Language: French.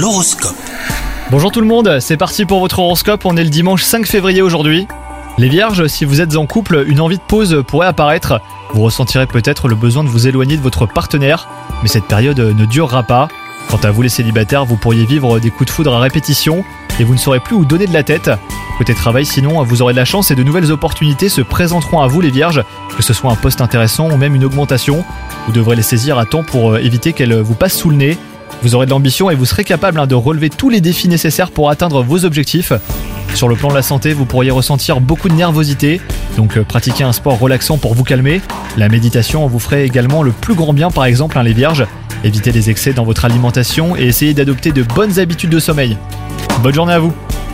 L'horoscope. Bonjour tout le monde, c'est parti pour votre horoscope, on est le dimanche 5 février aujourd'hui. Les vierges, si vous êtes en couple, une envie de pause pourrait apparaître. Vous ressentirez peut-être le besoin de vous éloigner de votre partenaire, mais cette période ne durera pas. Quant à vous les célibataires, vous pourriez vivre des coups de foudre à répétition et vous ne saurez plus où donner de la tête. Côté travail sinon, vous aurez de la chance et de nouvelles opportunités se présenteront à vous les vierges, que ce soit un poste intéressant ou même une augmentation. Vous devrez les saisir à temps pour éviter qu'elles vous passent sous le nez. Vous aurez de l'ambition et vous serez capable de relever tous les défis nécessaires pour atteindre vos objectifs. Sur le plan de la santé, vous pourriez ressentir beaucoup de nervosité, donc pratiquez un sport relaxant pour vous calmer. La méditation vous ferait également le plus grand bien par exemple les vierges. Évitez les excès dans votre alimentation et essayez d'adopter de bonnes habitudes de sommeil. Bonne journée à vous!